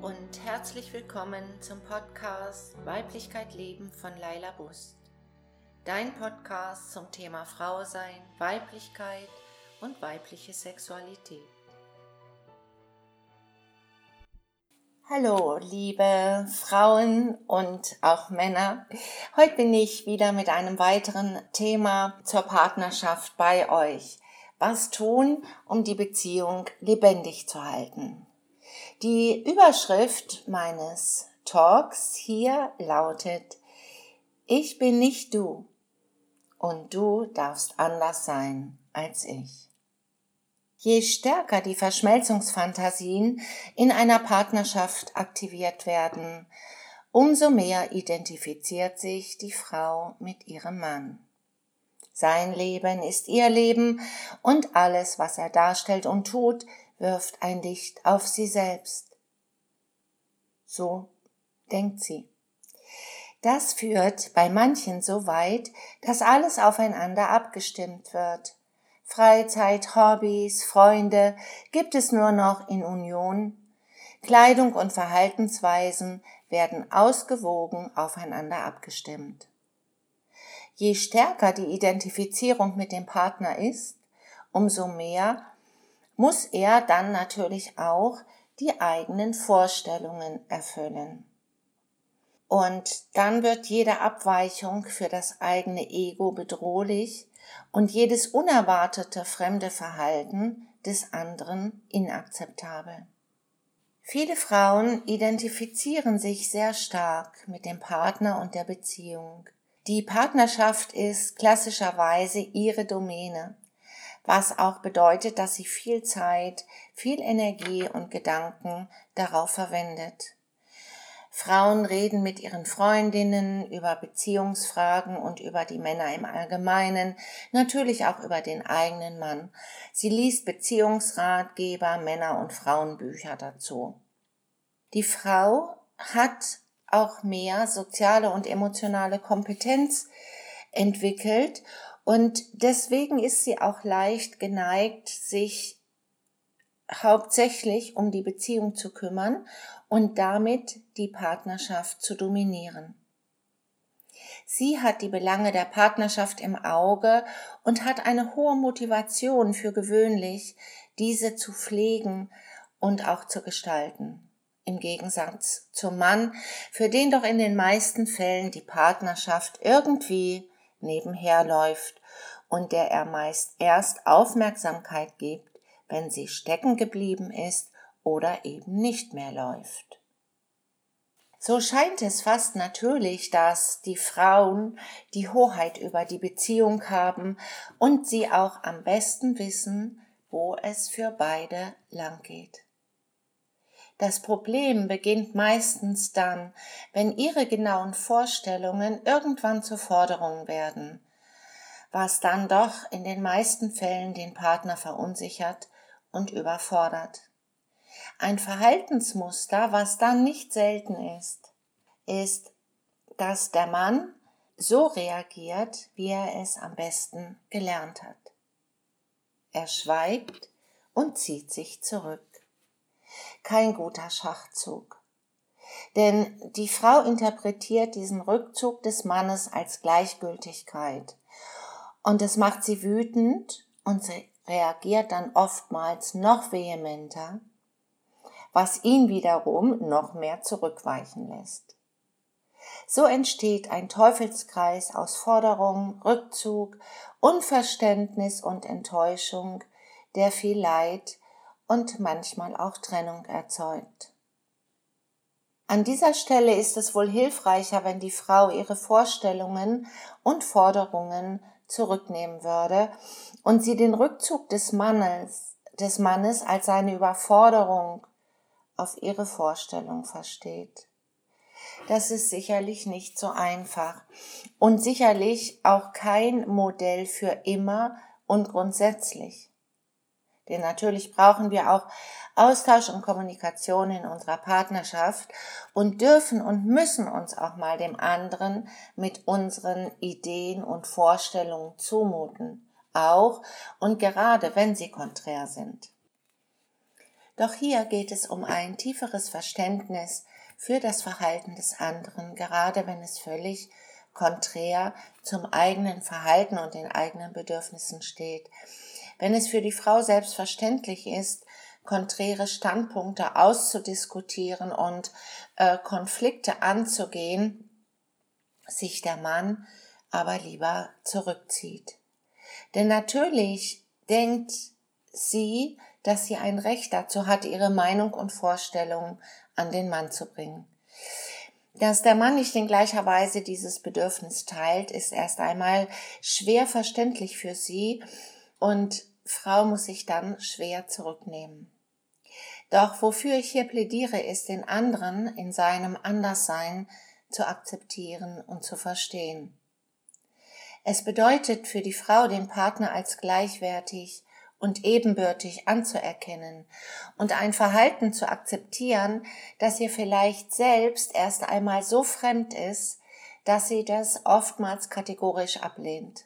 und herzlich willkommen zum Podcast Weiblichkeit leben von Laila Bust. Dein Podcast zum Thema Frausein, Weiblichkeit und weibliche Sexualität. Hallo, liebe Frauen und auch Männer. Heute bin ich wieder mit einem weiteren Thema zur Partnerschaft bei euch. Was tun, um die Beziehung lebendig zu halten? Die Überschrift meines Talks hier lautet: Ich bin nicht du und du darfst anders sein als ich. Je stärker die Verschmelzungsfantasien in einer Partnerschaft aktiviert werden, umso mehr identifiziert sich die Frau mit ihrem Mann. Sein Leben ist ihr Leben und alles, was er darstellt und tut, wirft ein Licht auf sie selbst. So denkt sie. Das führt bei manchen so weit, dass alles aufeinander abgestimmt wird. Freizeit, Hobbys, Freunde gibt es nur noch in Union. Kleidung und Verhaltensweisen werden ausgewogen aufeinander abgestimmt. Je stärker die Identifizierung mit dem Partner ist, umso mehr muss er dann natürlich auch die eigenen Vorstellungen erfüllen. Und dann wird jede Abweichung für das eigene Ego bedrohlich und jedes unerwartete fremde Verhalten des anderen inakzeptabel. Viele Frauen identifizieren sich sehr stark mit dem Partner und der Beziehung. Die Partnerschaft ist klassischerweise ihre Domäne, was auch bedeutet, dass sie viel Zeit, viel Energie und Gedanken darauf verwendet. Frauen reden mit ihren Freundinnen über Beziehungsfragen und über die Männer im Allgemeinen, natürlich auch über den eigenen Mann. Sie liest Beziehungsratgeber, Männer- und Frauenbücher dazu. Die Frau hat auch mehr soziale und emotionale Kompetenz entwickelt und deswegen ist sie auch leicht geneigt, sich hauptsächlich um die Beziehung zu kümmern und damit die Partnerschaft zu dominieren. Sie hat die Belange der Partnerschaft im Auge und hat eine hohe Motivation für gewöhnlich, diese zu pflegen und auch zu gestalten. Im Gegensatz zum Mann, für den doch in den meisten Fällen die Partnerschaft irgendwie nebenher läuft und der er meist erst Aufmerksamkeit gibt, wenn sie stecken geblieben ist oder eben nicht mehr läuft. So scheint es fast natürlich, dass die Frauen die Hoheit über die Beziehung haben und sie auch am besten wissen, wo es für beide lang geht. Das Problem beginnt meistens dann, wenn ihre genauen Vorstellungen irgendwann zu Forderungen werden, was dann doch in den meisten Fällen den Partner verunsichert und überfordert. Ein Verhaltensmuster, was dann nicht selten ist, dass der Mann so reagiert, wie er es am besten gelernt hat. Er schweigt und zieht sich zurück. Kein guter Schachzug. Denn die Frau interpretiert diesen Rückzug des Mannes als Gleichgültigkeit. Und es macht sie wütend und sie reagiert dann oftmals noch vehementer, was ihn wiederum noch mehr zurückweichen lässt. So entsteht ein Teufelskreis aus Forderung, Rückzug, Unverständnis und Enttäuschung, der viel Leid und manchmal auch Trennung erzeugt. An dieser Stelle ist es wohl hilfreicher, wenn die Frau ihre Vorstellungen und Forderungen zurücknehmen würde und sie den Rückzug des Mannes als seine Überforderung auf ihre Vorstellung versteht. Das ist sicherlich nicht so einfach und sicherlich auch kein Modell für immer und grundsätzlich. Denn natürlich brauchen wir auch Austausch und Kommunikation in unserer Partnerschaft und dürfen und müssen uns auch mal dem anderen mit unseren Ideen und Vorstellungen zumuten, auch und gerade wenn sie konträr sind. Doch hier geht es um ein tieferes Verständnis für das Verhalten des anderen, gerade wenn es völlig konträr zum eigenen Verhalten und den eigenen Bedürfnissen steht. Wenn es für die Frau selbstverständlich ist, konträre Standpunkte auszudiskutieren und Konflikte anzugehen, sich der Mann aber lieber zurückzieht. Denn natürlich denkt sie, dass sie ein Recht dazu hat, ihre Meinung und Vorstellungen an den Mann zu bringen. Dass der Mann nicht in gleicher Weise dieses Bedürfnis teilt, ist erst einmal schwer verständlich für sie und Frau muss sich dann schwer zurücknehmen. Doch wofür ich hier plädiere, ist, den anderen in seinem Anderssein zu akzeptieren und zu verstehen. Es bedeutet für die Frau, den Partner als gleichwertig und ebenbürtig anzuerkennen und ein Verhalten zu akzeptieren, das ihr vielleicht selbst erst einmal so fremd ist, dass sie das oftmals kategorisch ablehnt.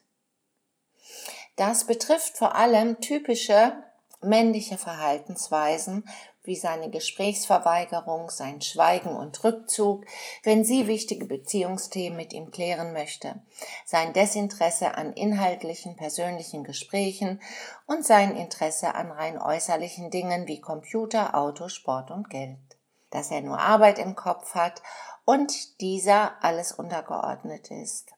Das betrifft vor allem typische männliche Verhaltensweisen, wie seine Gesprächsverweigerung, sein Schweigen und Rückzug, wenn sie wichtige Beziehungsthemen mit ihm klären möchte, sein Desinteresse an inhaltlichen, persönlichen Gesprächen und sein Interesse an rein äußerlichen Dingen wie Computer, Auto, Sport und Geld. Dass er nur Arbeit im Kopf hat und dieser alles untergeordnet ist.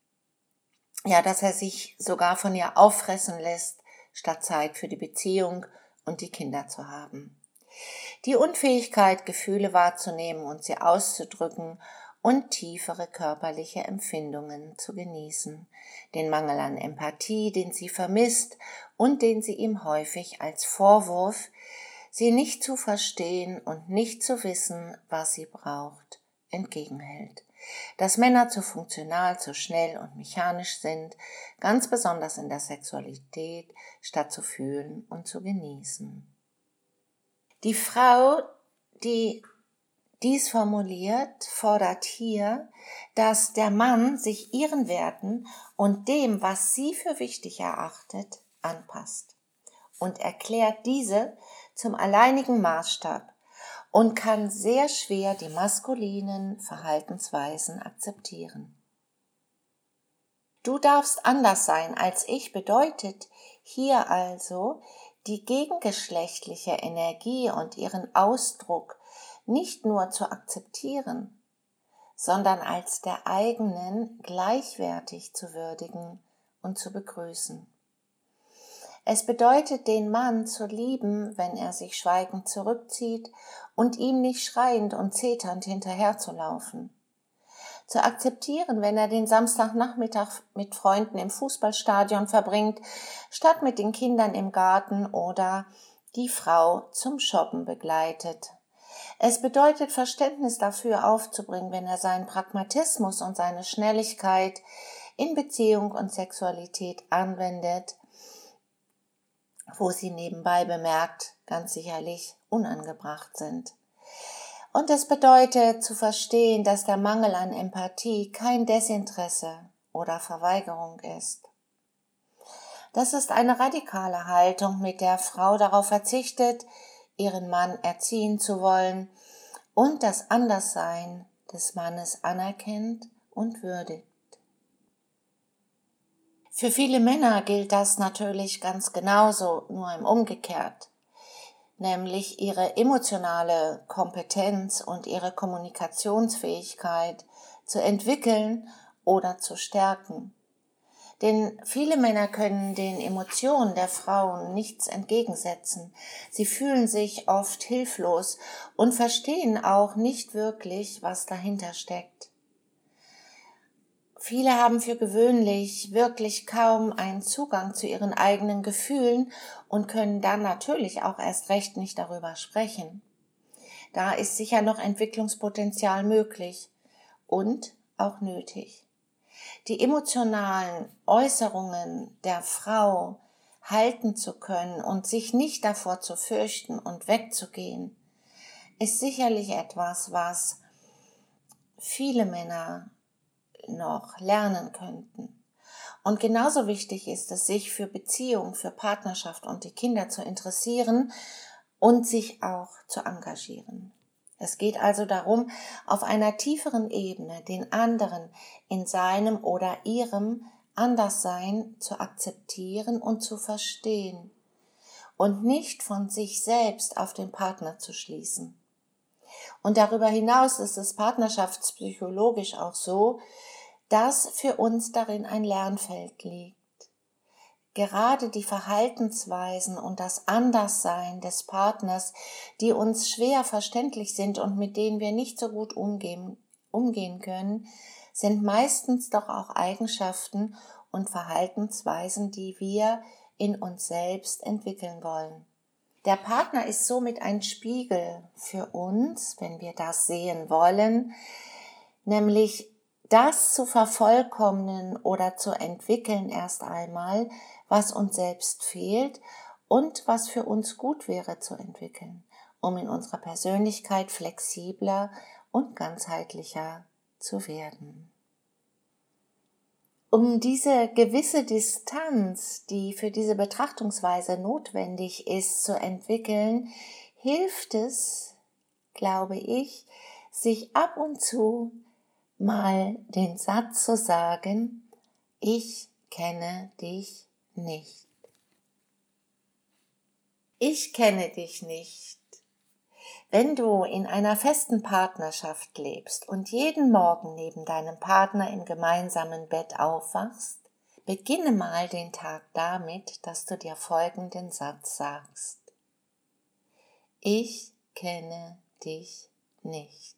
Ja, dass er sich sogar von ihr auffressen lässt, statt Zeit für die Beziehung und die Kinder zu haben. Die Unfähigkeit, Gefühle wahrzunehmen und sie auszudrücken und tiefere körperliche Empfindungen zu genießen. Den Mangel an Empathie, den sie vermisst und den sie ihm häufig als Vorwurf, sie nicht zu verstehen und nicht zu wissen, was sie braucht, entgegenhält. Dass Männer zu funktional, zu schnell und mechanisch sind, ganz besonders in der Sexualität, statt zu fühlen und zu genießen. Die Frau, die dies formuliert, fordert hier, dass der Mann sich ihren Werten und dem, was sie für wichtig erachtet, anpasst und erklärt diese zum alleinigen Maßstab und kann sehr schwer die maskulinen Verhaltensweisen akzeptieren. Du darfst anders sein als ich bedeutet hier also, die gegengeschlechtliche Energie und ihren Ausdruck nicht nur zu akzeptieren, sondern als der eigenen gleichwertig zu würdigen und zu begrüßen. Es bedeutet, den Mann zu lieben, wenn er sich schweigend zurückzieht und ihm nicht schreiend und zeternd hinterherzulaufen. Zu akzeptieren, wenn er den Samstagnachmittag mit Freunden im Fußballstadion verbringt, statt mit den Kindern im Garten oder die Frau zum Shoppen begleitet. Es bedeutet, Verständnis dafür aufzubringen, wenn er seinen Pragmatismus und seine Schnelligkeit in Beziehung und Sexualität anwendet, wo sie nebenbei bemerkt ganz sicherlich unangebracht sind. Und es bedeutet zu verstehen, dass der Mangel an Empathie kein Desinteresse oder Verweigerung ist. Das ist eine radikale Haltung, mit der Frau darauf verzichtet, ihren Mann erziehen zu wollen und das Anderssein des Mannes anerkennt und würdigt. Für viele Männer gilt das natürlich ganz genauso, nur im Umgekehrt. Nämlich ihre emotionale Kompetenz und ihre Kommunikationsfähigkeit zu entwickeln oder zu stärken. Denn viele Männer können den Emotionen der Frauen nichts entgegensetzen. Sie fühlen sich oft hilflos und verstehen auch nicht wirklich, was dahinter steckt. Viele haben für gewöhnlich wirklich kaum einen Zugang zu ihren eigenen Gefühlen und können dann natürlich auch erst recht nicht darüber sprechen. Da ist sicher noch Entwicklungspotenzial möglich und auch nötig. Die emotionalen Äußerungen der Frau halten zu können und sich nicht davor zu fürchten und wegzugehen, ist sicherlich etwas, was viele Männer noch lernen könnten. Und genauso wichtig ist es, sich für Beziehung, für Partnerschaft und die Kinder zu interessieren und sich auch zu engagieren. Es geht also darum, auf einer tieferen Ebene den anderen in seinem oder ihrem Anderssein zu akzeptieren und zu verstehen und nicht von sich selbst auf den Partner zu schließen. Und darüber hinaus ist es partnerschaftspsychologisch auch so, dass für uns darin ein Lernfeld liegt. Gerade die Verhaltensweisen und das Anderssein des Partners, die uns schwer verständlich sind und mit denen wir nicht so gut umgehen können, sind meistens doch auch Eigenschaften und Verhaltensweisen, die wir in uns selbst entwickeln wollen. Der Partner ist somit ein Spiegel für uns, wenn wir das sehen wollen, nämlich das zu vervollkommnen oder zu entwickeln erst einmal, was uns selbst fehlt und was für uns gut wäre zu entwickeln, um in unserer Persönlichkeit flexibler und ganzheitlicher zu werden. Um diese gewisse Distanz, die für diese Betrachtungsweise notwendig ist, zu entwickeln, hilft es, glaube ich, sich ab und zu mal den Satz zu sagen: Ich kenne dich nicht. Ich kenne dich nicht. Wenn du in einer festen Partnerschaft lebst und jeden Morgen neben deinem Partner im gemeinsamen Bett aufwachst, beginne mal den Tag damit, dass du dir folgenden Satz sagst: Ich kenne dich nicht.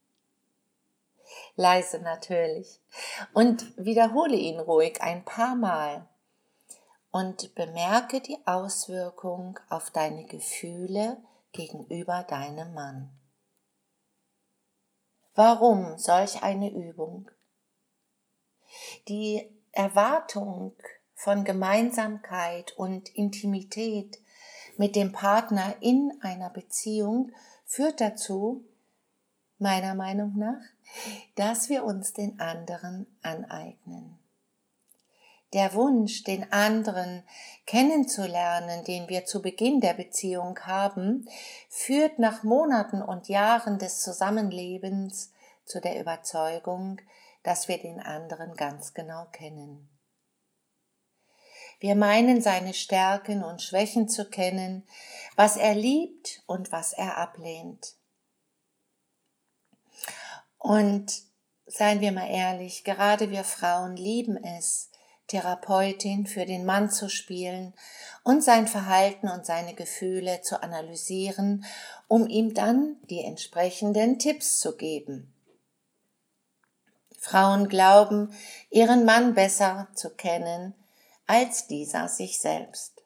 Leise natürlich. Und wiederhole ihn ruhig ein paar Mal und bemerke die Auswirkung auf deine Gefühle gegenüber deinem Mann. Warum solch eine Übung? Die Erwartung von Gemeinsamkeit und Intimität mit dem Partner in einer Beziehung führt dazu, meiner Meinung nach, dass wir uns den anderen aneignen. Der Wunsch, den anderen kennenzulernen, den wir zu Beginn der Beziehung haben, führt nach Monaten und Jahren des Zusammenlebens zu der Überzeugung, dass wir den anderen ganz genau kennen. Wir meinen, seine Stärken und Schwächen zu kennen, was er liebt und was er ablehnt. Und seien wir mal ehrlich, gerade wir Frauen lieben es, Therapeutin für den Mann zu spielen und sein Verhalten und seine Gefühle zu analysieren, um ihm dann die entsprechenden Tipps zu geben. Frauen glauben, ihren Mann besser zu kennen als dieser sich selbst.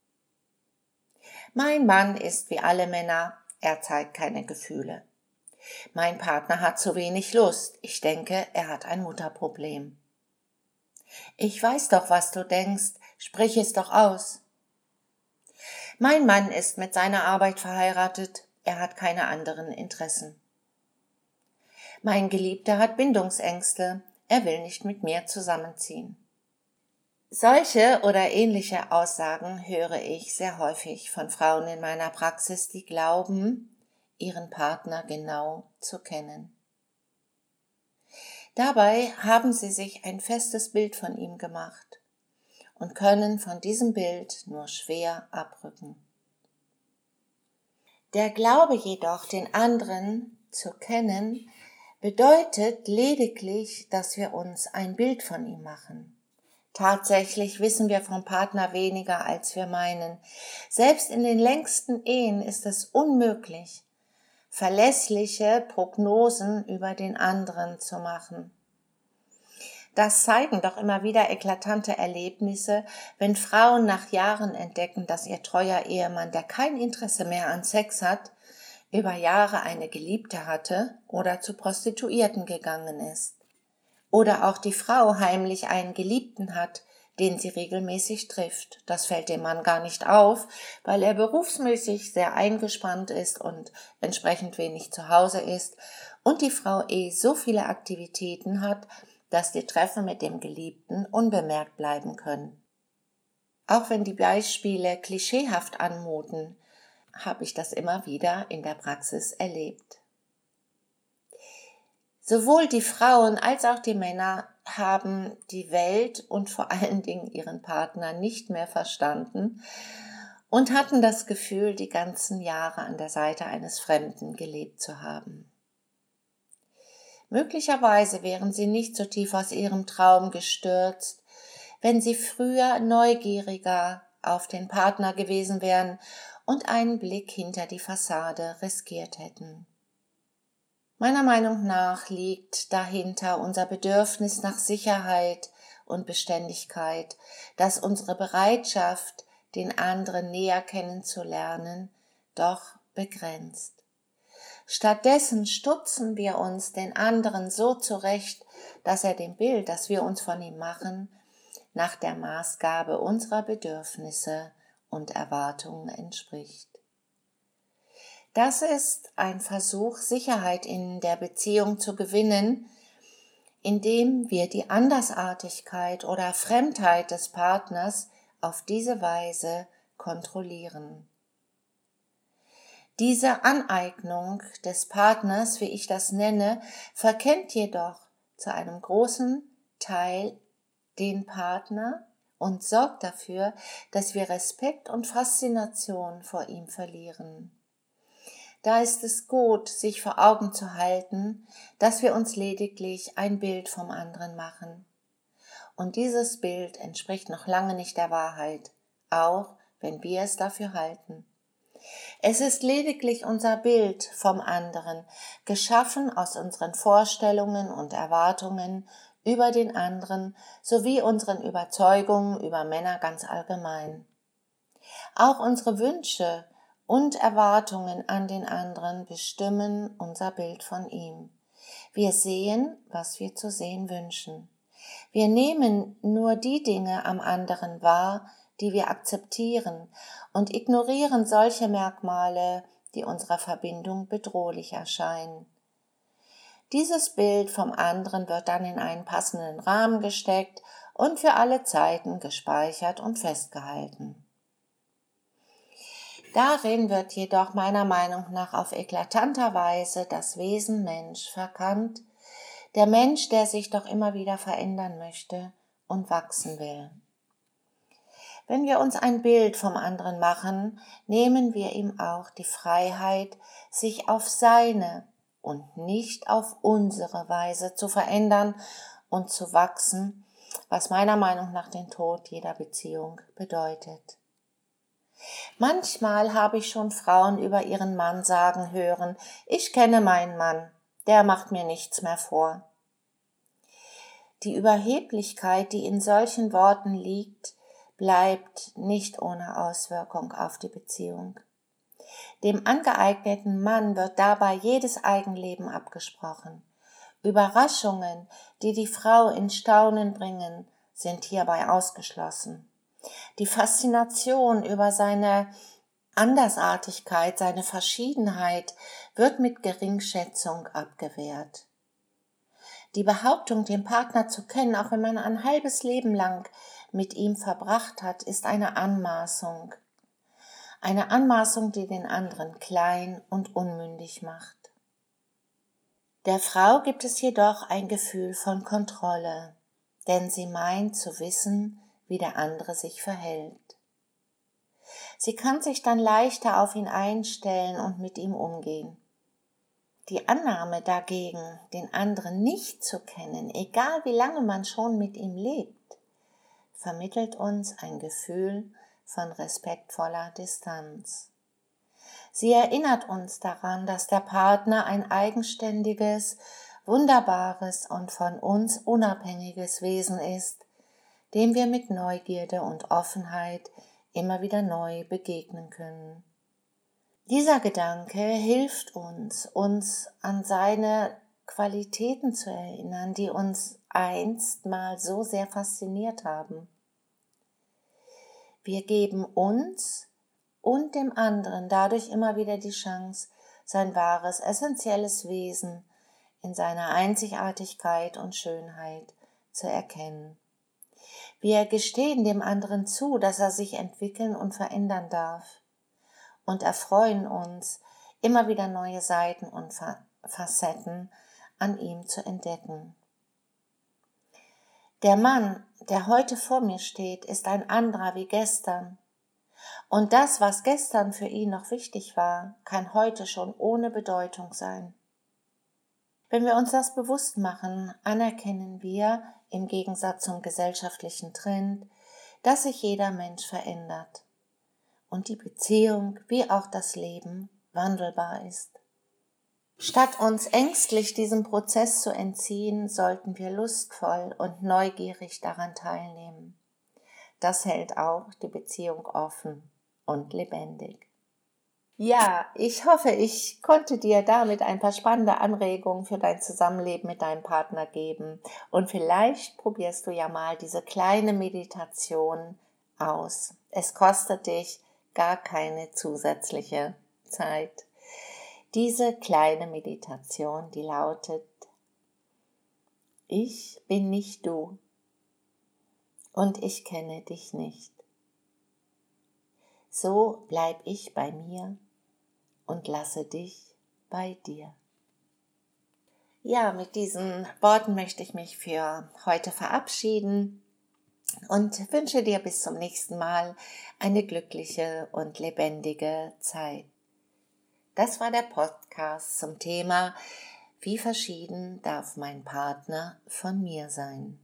Mein Mann ist wie alle Männer, er zeigt keine Gefühle. Mein Partner hat zu wenig Lust, ich denke, er hat ein Mutterproblem. Ich weiß doch, was du denkst, sprich es doch aus. Mein Mann ist mit seiner Arbeit verheiratet, er hat keine anderen Interessen. Mein Geliebter hat Bindungsängste, er will nicht mit mir zusammenziehen. Solche oder ähnliche Aussagen höre ich sehr häufig von Frauen in meiner Praxis, die glauben, ihren Partner genau zu kennen. Dabei haben sie sich ein festes Bild von ihm gemacht und können von diesem Bild nur schwer abrücken. Der Glaube jedoch, den anderen zu kennen, bedeutet lediglich, dass wir uns ein Bild von ihm machen. Tatsächlich wissen wir vom Partner weniger, als wir meinen. Selbst in den längsten Ehen ist es unmöglich, verlässliche Prognosen über den anderen zu machen. Das zeigen doch immer wieder eklatante Erlebnisse, wenn Frauen nach Jahren entdecken, dass ihr treuer Ehemann, der kein Interesse mehr an Sex hat, über Jahre eine Geliebte hatte oder zu Prostituierten gegangen ist. Oder auch die Frau heimlich einen Geliebten hat, den sie regelmäßig trifft. Das fällt dem Mann gar nicht auf, weil er berufsmäßig sehr eingespannt ist und entsprechend wenig zu Hause ist und die Frau so viele Aktivitäten hat, dass die Treffen mit dem Geliebten unbemerkt bleiben können. Auch wenn die Beispiele klischeehaft anmuten, habe ich das immer wieder in der Praxis erlebt. Sowohl die Frauen als auch die Männer haben die Welt und vor allen Dingen ihren Partner nicht mehr verstanden und hatten das Gefühl, die ganzen Jahre an der Seite eines Fremden gelebt zu haben. Möglicherweise wären sie nicht so tief aus ihrem Traum gestürzt, wenn sie früher neugieriger auf den Partner gewesen wären und einen Blick hinter die Fassade riskiert hätten. Meiner Meinung nach liegt dahinter unser Bedürfnis nach Sicherheit und Beständigkeit, das unsere Bereitschaft, den anderen näher kennenzulernen, doch begrenzt. Stattdessen stutzen wir uns den anderen so zurecht, dass er dem Bild, das wir uns von ihm machen, nach der Maßgabe unserer Bedürfnisse und Erwartungen entspricht. Das ist ein Versuch, Sicherheit in der Beziehung zu gewinnen, indem wir die Andersartigkeit oder Fremdheit des Partners auf diese Weise kontrollieren. Diese Aneignung des Partners, wie ich das nenne, verkennt jedoch zu einem großen Teil den Partner und sorgt dafür, dass wir Respekt und Faszination vor ihm verlieren. Da ist es gut, sich vor Augen zu halten, dass wir uns lediglich ein Bild vom anderen machen. Und dieses Bild entspricht noch lange nicht der Wahrheit, auch wenn wir es dafür halten. Es ist lediglich unser Bild vom anderen, geschaffen aus unseren Vorstellungen und Erwartungen über den anderen sowie unseren Überzeugungen über Männer ganz allgemein. Auch unsere Wünsche und Erwartungen an den anderen bestimmen unser Bild von ihm. Wir sehen, was wir zu sehen wünschen. Wir nehmen nur die Dinge am anderen wahr, die wir akzeptieren, und ignorieren solche Merkmale, die unserer Verbindung bedrohlich erscheinen. Dieses Bild vom anderen wird dann in einen passenden Rahmen gesteckt und für alle Zeiten gespeichert und festgehalten. Darin wird jedoch meiner Meinung nach auf eklatanter Weise das Wesen Mensch verkannt, der Mensch, der sich doch immer wieder verändern möchte und wachsen will. Wenn wir uns ein Bild vom anderen machen, nehmen wir ihm auch die Freiheit, sich auf seine und nicht auf unsere Weise zu verändern und zu wachsen, was meiner Meinung nach den Tod jeder Beziehung bedeutet. Manchmal habe ich schon Frauen über ihren Mann sagen hören: Ich kenne meinen Mann, der macht mir nichts mehr vor. Die Überheblichkeit, die in solchen Worten liegt, bleibt nicht ohne Auswirkung auf die Beziehung. Dem angeeigneten Mann wird dabei jedes Eigenleben abgesprochen. Überraschungen, die die Frau in Staunen bringen, sind hierbei ausgeschlossen. Die Faszination über seine Andersartigkeit, seine Verschiedenheit wird mit Geringschätzung abgewehrt. Die Behauptung, den Partner zu kennen, auch wenn man ein halbes Leben lang mit ihm verbracht hat, ist eine Anmaßung. Eine Anmaßung, die den anderen klein und unmündig macht. Der Frau gibt es jedoch ein Gefühl von Kontrolle, denn sie meint zu wissen, wie der andere sich verhält. Sie kann sich dann leichter auf ihn einstellen und mit ihm umgehen. Die Annahme dagegen, den anderen nicht zu kennen, egal wie lange man schon mit ihm lebt, vermittelt uns ein Gefühl von respektvoller Distanz. Sie erinnert uns daran, dass der Partner ein eigenständiges, wunderbares und von uns unabhängiges Wesen ist, dem wir mit Neugierde und Offenheit immer wieder neu begegnen können. Dieser Gedanke hilft uns an seine Qualitäten zu erinnern, die uns einst mal so sehr fasziniert haben. Wir geben uns und dem anderen dadurch immer wieder die Chance, sein wahres, essentielles Wesen in seiner Einzigartigkeit und Schönheit zu erkennen. Wir gestehen dem anderen zu, dass er sich entwickeln und verändern darf. und erfreuen uns, immer wieder neue Seiten und Facetten an ihm zu entdecken. Der Mann, der heute vor mir steht, ist ein anderer wie gestern. Und das, was gestern für ihn noch wichtig war, kann heute schon ohne Bedeutung sein. Wenn wir uns das bewusst machen, anerkennen wir, im Gegensatz zum gesellschaftlichen Trend, dass sich jeder Mensch verändert und die Beziehung wie auch das Leben wandelbar ist. Statt uns ängstlich diesem Prozess zu entziehen, sollten wir lustvoll und neugierig daran teilnehmen. Das hält auch die Beziehung offen und lebendig. Ja, ich hoffe, ich konnte dir damit ein paar spannende Anregungen für dein Zusammenleben mit deinem Partner geben. Und vielleicht probierst du ja mal diese kleine Meditation aus. Es kostet dich gar keine zusätzliche Zeit. Diese kleine Meditation, die lautet: Ich bin nicht du und ich kenne dich nicht. So bleib ich bei mir und lasse dich bei dir. Ja, mit diesen Worten möchte ich mich für heute verabschieden und wünsche dir bis zum nächsten Mal eine glückliche und lebendige Zeit. Das war der Podcast zum Thema: Wie verschieden darf mein Partner von mir sein?